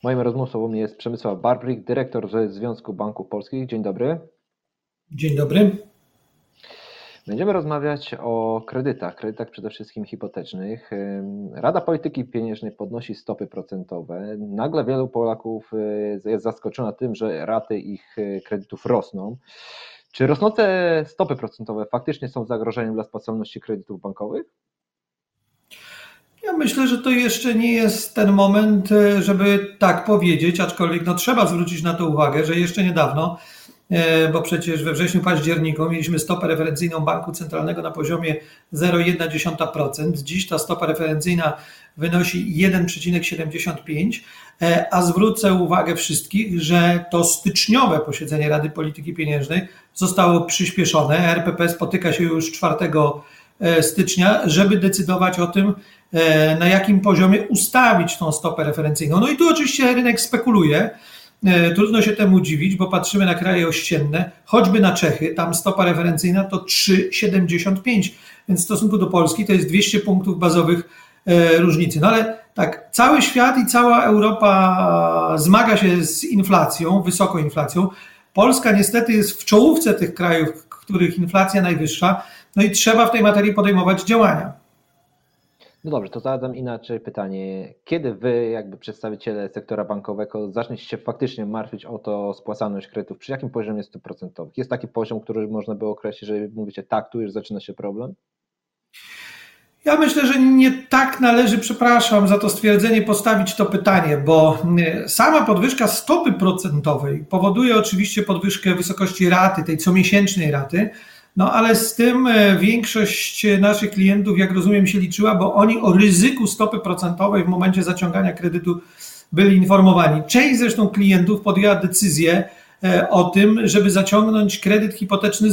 Moim rozmówcą jest Przemysław Barbrik, dyrektor ze Związku Banków Polskich. Dzień dobry. Dzień dobry. Będziemy rozmawiać o kredytach przede wszystkim hipotecznych. Rada Polityki Pieniężnej podnosi stopy procentowe. Nagle wielu Polaków jest zaskoczona tym, że raty ich kredytów rosną. Czy rosnące stopy procentowe faktycznie są zagrożeniem dla spłacalności kredytów bankowych? Ja myślę, że to jeszcze nie jest ten moment, żeby tak powiedzieć, aczkolwiek trzeba zwrócić na to uwagę, że jeszcze niedawno, bo przecież we wrześniu-październiku mieliśmy stopę referencyjną Banku Centralnego na poziomie 0,1%. Dziś ta stopa referencyjna wynosi 1,75%, a zwrócę uwagę wszystkich, że to styczniowe posiedzenie Rady Polityki Pieniężnej zostało przyspieszone. RPP spotyka się już 4 stycznia, żeby decydować o tym, na jakim poziomie ustawić tą stopę referencyjną. No i tu oczywiście rynek spekuluje. Trudno się temu dziwić, bo patrzymy na kraje ościenne, choćby na Czechy, tam stopa referencyjna to 3,75, więc w stosunku do Polski to jest 200 punktów bazowych różnicy. No ale tak, cały świat i cała Europa zmaga się z inflacją, wysoką inflacją. Polska niestety jest w czołówce tych krajów, w których inflacja najwyższa, no i trzeba w tej materii podejmować działania. No dobrze, to zadam inaczej pytanie. Kiedy wy, jakby przedstawiciele sektora bankowego, zaczniecie się faktycznie martwić o to spłacalność kredytów? Przy jakim poziomie stóp procentowych? Jest taki poziom, który można by określić, że mówicie tak, tu już zaczyna się problem? Ja myślę, że nie tak należy, przepraszam za to stwierdzenie, postawić to pytanie, bo sama podwyżka stopy procentowej powoduje oczywiście podwyżkę wysokości raty, tej comiesięcznej raty, no ale z tym większość naszych klientów, jak rozumiem, się liczyła, bo oni o ryzyku stopy procentowej w momencie zaciągania kredytu byli informowani. Część zresztą klientów podjęła decyzję o tym, żeby zaciągnąć kredyt hipoteczny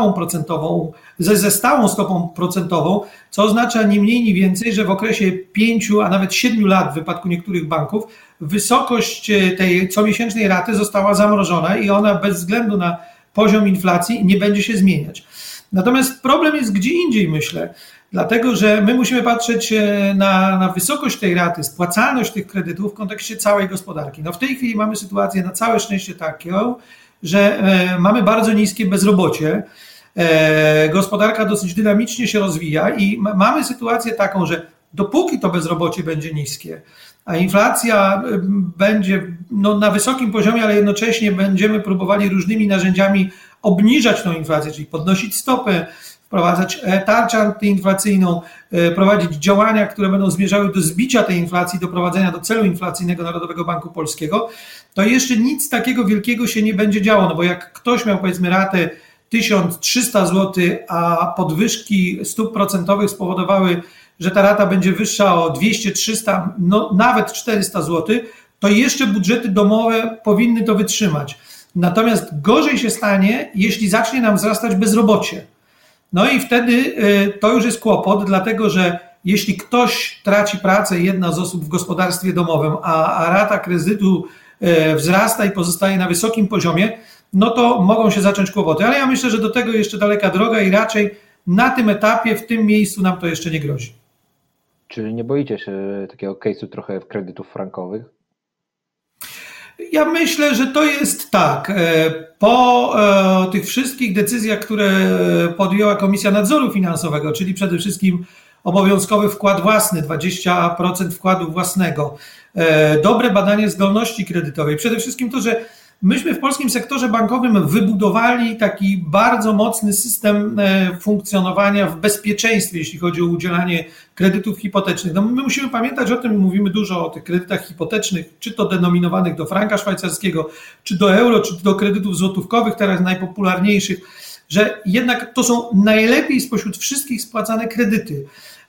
ze stałą stopą procentową, co oznacza ni mniej, ni więcej, że w okresie 5, a nawet 7 lat w wypadku niektórych banków wysokość tej comiesięcznej raty została zamrożona i ona bez względu na poziom inflacji nie będzie się zmieniać. Natomiast problem jest gdzie indziej, myślę, dlatego że my musimy patrzeć na wysokość tej raty, spłacalność tych kredytów w kontekście całej gospodarki. No w tej chwili mamy sytuację na całe szczęście taką, że mamy bardzo niskie bezrobocie, gospodarka dosyć dynamicznie się rozwija i mamy sytuację taką, że dopóki to bezrobocie będzie niskie, a inflacja będzie na wysokim poziomie, ale jednocześnie będziemy próbowali różnymi narzędziami obniżać tą inflację, czyli podnosić stopy, wprowadzać tarczę antyinflacyjną, prowadzić działania, które będą zmierzały do zbicia tej inflacji, doprowadzenia do celu inflacyjnego Narodowego Banku Polskiego, to jeszcze nic takiego wielkiego się nie będzie działo, no bo jak ktoś miał powiedzmy ratę 1300 zł, a podwyżki stóp procentowych spowodowały, że ta rata będzie wyższa o 200, 300, no nawet 400 zł, to jeszcze budżety domowe powinny to wytrzymać. Natomiast gorzej się stanie, jeśli zacznie nam wzrastać bezrobocie. No i wtedy to już jest kłopot, dlatego że jeśli ktoś traci pracę, jedna z osób w gospodarstwie domowym, a rata kredytu wzrasta i pozostaje na wysokim poziomie, no to mogą się zacząć kłopoty. Ale ja myślę, że do tego jeszcze daleka droga i raczej na tym etapie, w tym miejscu nam to jeszcze nie grozi. Czyli nie boicie się takiego case'u trochę kredytów frankowych? Ja myślę, że to jest tak. Po tych wszystkich decyzjach, które podjęła Komisja Nadzoru Finansowego, czyli przede wszystkim obowiązkowy wkład własny, 20% wkładu własnego, dobre badanie zdolności kredytowej, przede wszystkim to, że myśmy w polskim sektorze bankowym wybudowali taki bardzo mocny system funkcjonowania w bezpieczeństwie, jeśli chodzi o udzielanie kredytów hipotecznych. No my musimy pamiętać o tym, mówimy dużo o tych kredytach hipotecznych, czy to denominowanych do franka szwajcarskiego, czy do euro, czy do kredytów złotówkowych, teraz najpopularniejszych, że jednak to są najlepiej spośród wszystkich spłacane kredyty.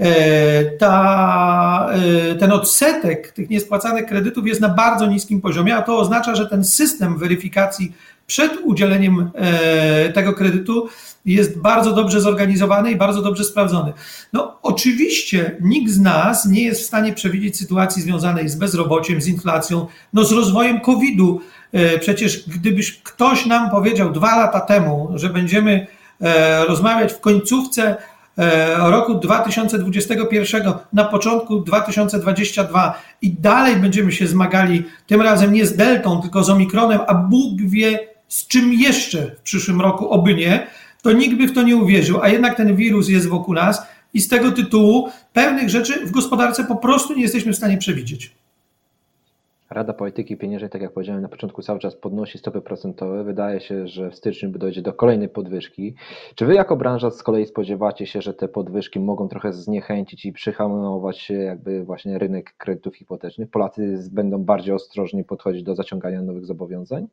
Ten odsetek tych niespłacanych kredytów jest na bardzo niskim poziomie, a to oznacza, że ten system weryfikacji przed udzieleniem tego kredytu jest bardzo dobrze zorganizowany i bardzo dobrze sprawdzony. No oczywiście nikt z nas nie jest w stanie przewidzieć sytuacji związanej z bezrobociem, z inflacją, z rozwojem COVID-u. Przecież gdybyś ktoś nam powiedział 2 lata temu, że będziemy rozmawiać w końcówce roku 2021 na początku 2022 i dalej będziemy się zmagali, tym razem nie z deltą, tylko z omikronem, a Bóg wie z czym jeszcze w przyszłym roku, oby nie, to nikt by w to nie uwierzył, a jednak ten wirus jest wokół nas i z tego tytułu pewnych rzeczy w gospodarce po prostu nie jesteśmy w stanie przewidzieć. Rada Polityki Pieniężnej, tak jak powiedziałem na początku, cały czas podnosi stopy procentowe. Wydaje się, że w styczniu dojdzie do kolejnej podwyżki. Czy wy jako branża z kolei spodziewacie się, że te podwyżki mogą trochę zniechęcić i przyhamować jakby właśnie rynek kredytów hipotecznych? Polacy będą bardziej ostrożnie podchodzić do zaciągania nowych zobowiązań?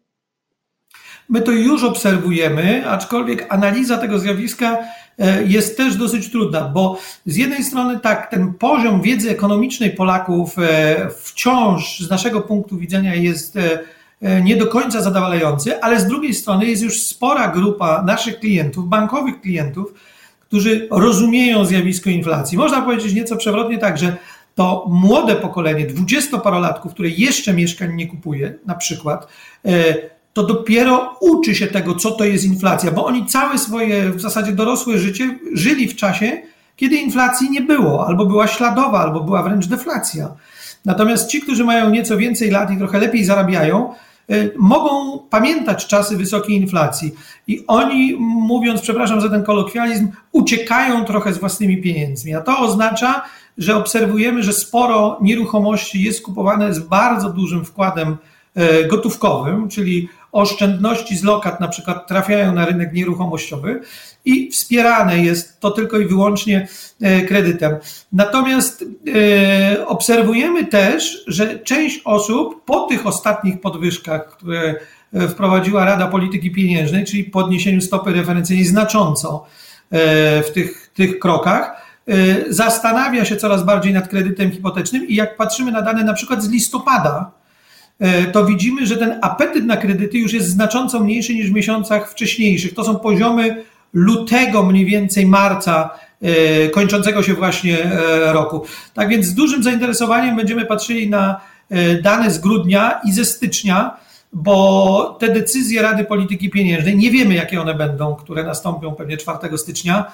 My to już obserwujemy, aczkolwiek analiza tego zjawiska jest też dosyć trudna, bo z jednej strony tak, ten poziom wiedzy ekonomicznej Polaków wciąż z naszego punktu widzenia jest nie do końca zadowalający, ale z drugiej strony jest już spora grupa naszych klientów, bankowych klientów, którzy rozumieją zjawisko inflacji. Można powiedzieć nieco przewrotnie tak, że to młode pokolenie, 20-parolatków, które jeszcze mieszkań nie kupuje, na przykład, to dopiero uczy się tego, co to jest inflacja, bo oni całe swoje w zasadzie dorosłe życie żyli w czasie, kiedy inflacji nie było, albo była śladowa, albo była wręcz deflacja. Natomiast ci, którzy mają nieco więcej lat i trochę lepiej zarabiają, mogą pamiętać czasy wysokiej inflacji i oni, mówiąc, przepraszam za ten kolokwializm, uciekają trochę z własnymi pieniędzmi, a to oznacza, że obserwujemy, że sporo nieruchomości jest kupowane z bardzo dużym wkładem gotówkowym, czyli oszczędności z lokat na przykład trafiają na rynek nieruchomościowy i wspierane jest to tylko i wyłącznie kredytem. Natomiast obserwujemy też, że część osób po tych ostatnich podwyżkach, które wprowadziła Rada Polityki Pieniężnej, czyli podniesieniu stopy referencyjnej znacząco w tych krokach, zastanawia się coraz bardziej nad kredytem hipotecznym i jak patrzymy na dane na przykład z listopada, to widzimy, że ten apetyt na kredyty już jest znacząco mniejszy niż w miesiącach wcześniejszych. To są poziomy lutego, mniej więcej marca, kończącego się właśnie roku. Tak więc z dużym zainteresowaniem będziemy patrzyli na dane z grudnia i ze stycznia, bo te decyzje Rady Polityki Pieniężnej, nie wiemy jakie one będą, które nastąpią pewnie 4 stycznia,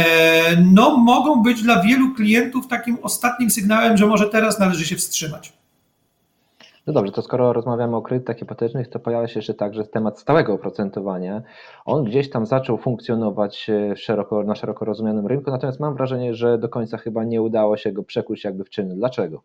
no mogą być dla wielu klientów takim ostatnim sygnałem, że może teraz należy się wstrzymać. No dobrze, to skoro rozmawiamy o kredytach hipotecznych, to pojawia się jeszcze także temat stałego oprocentowania. On gdzieś tam zaczął funkcjonować na szeroko rozumianym rynku, natomiast mam wrażenie, że do końca chyba nie udało się go przekuć jakby w czyny. Dlaczego?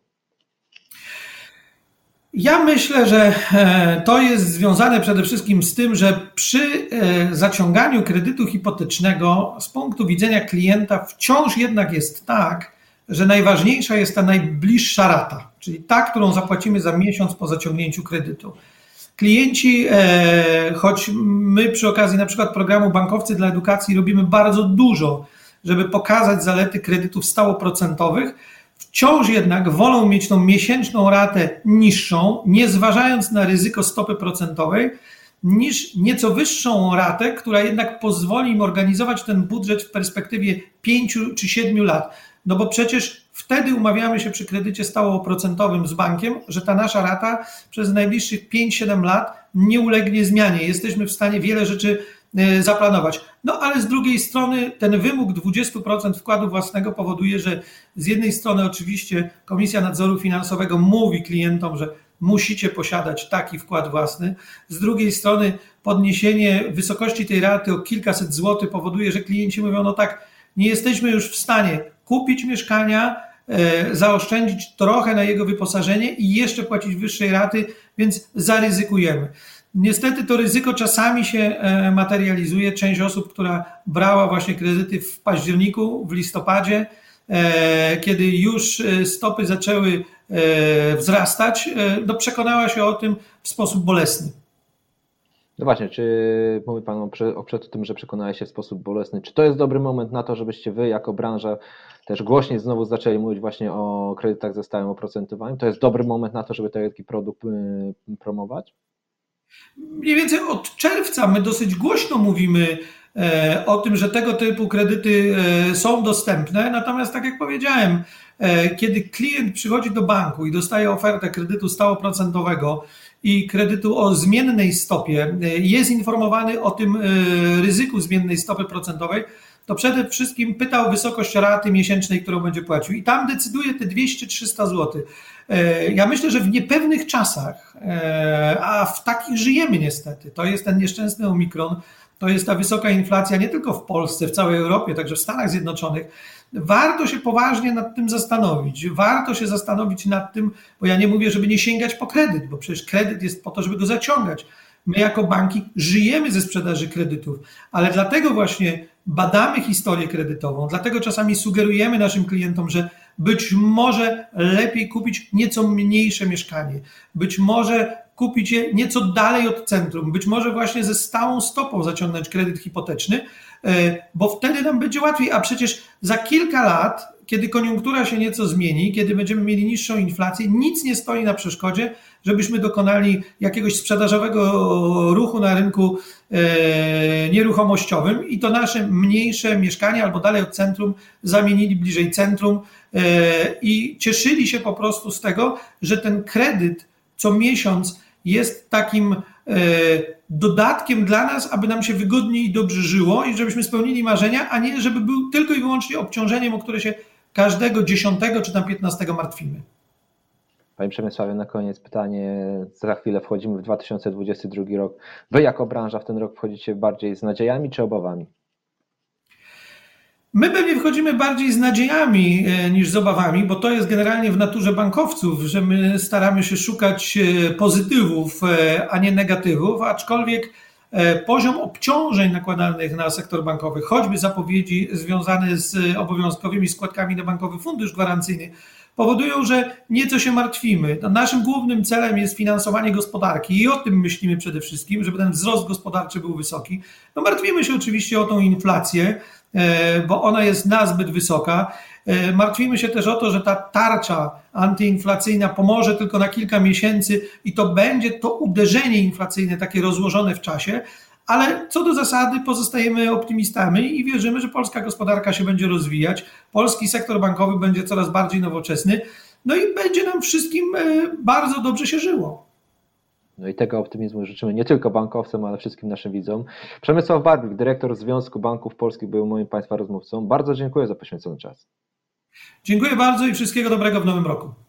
Ja myślę, że to jest związane przede wszystkim z tym, że przy zaciąganiu kredytu hipotecznego z punktu widzenia klienta wciąż jednak jest tak, że najważniejsza jest ta najbliższa rata, czyli ta, którą zapłacimy za miesiąc po zaciągnięciu kredytu. Klienci, choć my przy okazji na przykład programu Bankowcy dla Edukacji robimy bardzo dużo, żeby pokazać zalety kredytów stałoprocentowych, wciąż jednak wolą mieć tą miesięczną ratę niższą, nie zważając na ryzyko stopy procentowej, niż nieco wyższą ratę, która jednak pozwoli im organizować ten budżet w perspektywie 5 czy 7 lat. No bo przecież wtedy umawiamy się przy kredycie stałoprocentowym z bankiem, że ta nasza rata przez najbliższych 5-7 lat nie ulegnie zmianie. Jesteśmy w stanie wiele rzeczy zaplanować. No ale z drugiej strony ten wymóg 20% wkładu własnego powoduje, że z jednej strony oczywiście Komisja Nadzoru Finansowego mówi klientom, że musicie posiadać taki wkład własny. Z drugiej strony podniesienie wysokości tej raty o kilkaset złotych powoduje, że klienci mówią, no tak, nie jesteśmy już w stanie kupić mieszkania, zaoszczędzić trochę na jego wyposażenie i jeszcze płacić wyższej raty, więc zaryzykujemy. Niestety to ryzyko czasami się materializuje. Część osób, która brała właśnie kredyty w październiku, w listopadzie, kiedy już stopy zaczęły wzrastać, no przekonała się o tym w sposób bolesny. No właśnie, czy mówi Pan o tym, że przekonałeś się w sposób bolesny, czy to jest dobry moment na to, żebyście Wy jako branża też głośniej znowu zaczęli mówić właśnie o kredytach ze stałym oprocentowaniem? To jest dobry moment na to, żeby taki produkt promować? Mniej więcej od czerwca my dosyć głośno mówimy o tym, że tego typu kredyty są dostępne, natomiast tak jak powiedziałem, kiedy klient przychodzi do banku i dostaje ofertę kredytu stałoprocentowego i kredytu o zmiennej stopie, jest informowany o tym ryzyku zmiennej stopy procentowej, to przede wszystkim pyta o wysokość raty miesięcznej, którą będzie płacił. I tam decyduje te 200-300 zł. Ja myślę, że w niepewnych czasach, a w takich żyjemy niestety, to jest ten nieszczęsny Omikron, to jest ta wysoka inflacja nie tylko w Polsce, w całej Europie, także w Stanach Zjednoczonych. Warto się poważnie nad tym zastanowić. Warto się zastanowić nad tym, bo ja nie mówię, żeby nie sięgać po kredyt, bo przecież kredyt jest po to, żeby go zaciągać. My jako banki żyjemy ze sprzedaży kredytów, ale dlatego właśnie badamy historię kredytową, dlatego czasami sugerujemy naszym klientom, że być może lepiej kupić nieco mniejsze mieszkanie, być może kupić je nieco dalej od centrum, być może właśnie ze stałą stopą zaciągnąć kredyt hipoteczny, bo wtedy nam będzie łatwiej, a przecież za kilka lat, kiedy koniunktura się nieco zmieni, kiedy będziemy mieli niższą inflację, nic nie stoi na przeszkodzie, żebyśmy dokonali jakiegoś sprzedażowego ruchu na rynku nieruchomościowym i to nasze mniejsze mieszkania albo dalej od centrum zamienili bliżej centrum i cieszyli się po prostu z tego, że ten kredyt co miesiąc jest takim dodatkiem dla nas, aby nam się wygodniej i dobrze żyło i żebyśmy spełnili marzenia, a nie żeby był tylko i wyłącznie obciążeniem, o które się każdego 10 czy tam 15 martwimy. Panie Przemysławie, na koniec pytanie. Za chwilę wchodzimy w 2022 rok. Wy jako branża w ten rok wchodzicie bardziej z nadziejami czy obawami? My pewnie wchodzimy bardziej z nadziejami niż z obawami, bo to jest generalnie w naturze bankowców, że my staramy się szukać pozytywów, a nie negatywów, aczkolwiek poziom obciążeń nakładanych na sektor bankowy, choćby zapowiedzi związane z obowiązkowymi składkami na Bankowy Fundusz Gwarancyjny, powodują, że nieco się martwimy. Naszym głównym celem jest finansowanie gospodarki i o tym myślimy przede wszystkim, żeby ten wzrost gospodarczy był wysoki. No martwimy się oczywiście o tą inflację, bo ona jest nazbyt wysoka. Martwimy się też o to, że ta tarcza antyinflacyjna pomoże tylko na kilka miesięcy i to będzie to uderzenie inflacyjne takie rozłożone w czasie, ale co do zasady pozostajemy optymistami i wierzymy, że polska gospodarka się będzie rozwijać, polski sektor bankowy będzie coraz bardziej nowoczesny, no i będzie nam wszystkim bardzo dobrze się żyło. No i tego optymizmu życzymy nie tylko bankowcom, ale wszystkim naszym widzom. Przemysław Barbik, dyrektor Związku Banków Polskich, był moim Państwa rozmówcą. Bardzo dziękuję za poświęcony czas. Dziękuję bardzo i wszystkiego dobrego w nowym roku.